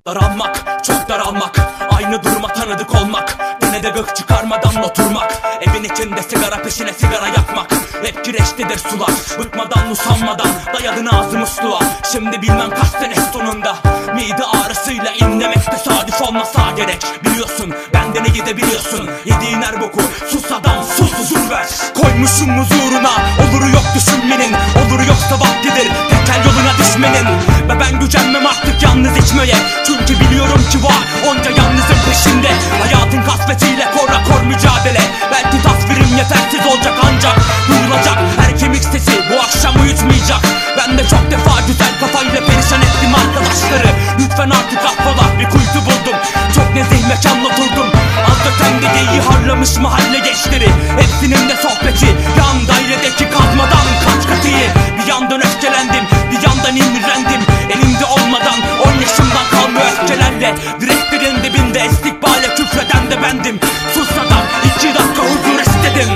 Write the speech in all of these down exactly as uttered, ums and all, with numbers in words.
Daralmak, çok daralmak, aynı duruma tanıdık olmak, gene de gık çıkarmadan oturmak, evin içinde sigara peşine sigara yakmak. Hep kireçlidir sular, bıkmadan usanmadan dayadın ağzı musluğa. Şimdi bilmem kaç sene sonunda mide ağrısıyla inlemek tesadüf olmasa gerek. Biliyorsun benden iyi de biliyorsun, yediğin her boku sus adam sus, huzur ver. Koymuşum huzuruna, oluru yok düşünmenin, oluru yoksa vaktidir tekel yoluna düşmenin. Ve ben gücenmem artık yalnız içmeye, çünkü biliyorum ki var onca yalnızın peşinde. Hayatın kasvetiyle korra kor mücadele, belki tasvirim yetersiz olacak ancak duyulacak her kemik sesi bu akşam uyutmayacak. Ben de çok defa güzel kafayla perişan ettim arkadaşları. Lütfen artık affola, bir kuytu buldum, çok nezih mekanla oturdum. Az ötemde geyiği harlamış mahalle gençleri, hepsinin de sohbeti yan dairedeki kazmadan kaç katı iyi. Bir yandan öfkelendim, bir yandan imrendim, elimde olmadan on yaşımdan kalma öfkelerle direklerin dibinde istikbale küfreden de bendim. Sus adam, iki dakika huzur istedim.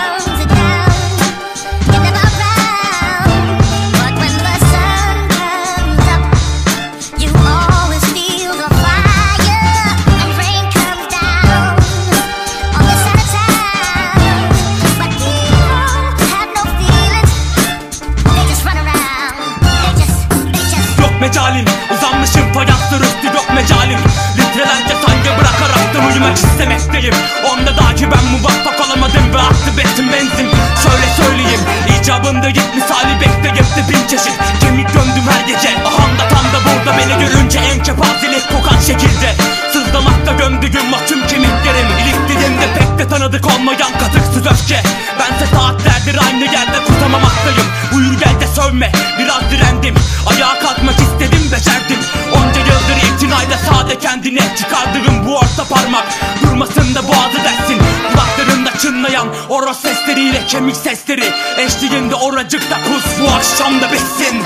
Mecalim uzanmışım fayanslar üstü yok mecalim. Litrelerce saygı bırakarak uyumak istemekteyim. Onda dahi ben muvaffak olamadım ve aktı betim benzin. Şöyle söyleyeyim, icabında git misali bekleyip de bin çeşit kemik gömdüm her gece. Aham da tam da burada beni görünce en kepazelik kokan şekilde sızlamakta gömdüğüm mahkum kemiklerim. İlikliğimde pek de tanıdık olmayan katıksız öfke. Bense saatlerdir aynı yerde kusamaktayım. Buyur gel de sövme, biraz direndim, ayağa kalkmak istedim, becerdim. Onca yıldır itinayla sade kendine çıkardığım bu orta parmak durmasın da boğazı dersin. Kulaklarında çınlayan oros sesleriyle kemik sesleri eşliğinde oracıkta kus bu akşam da bitsin.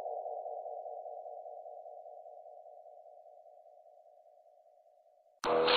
You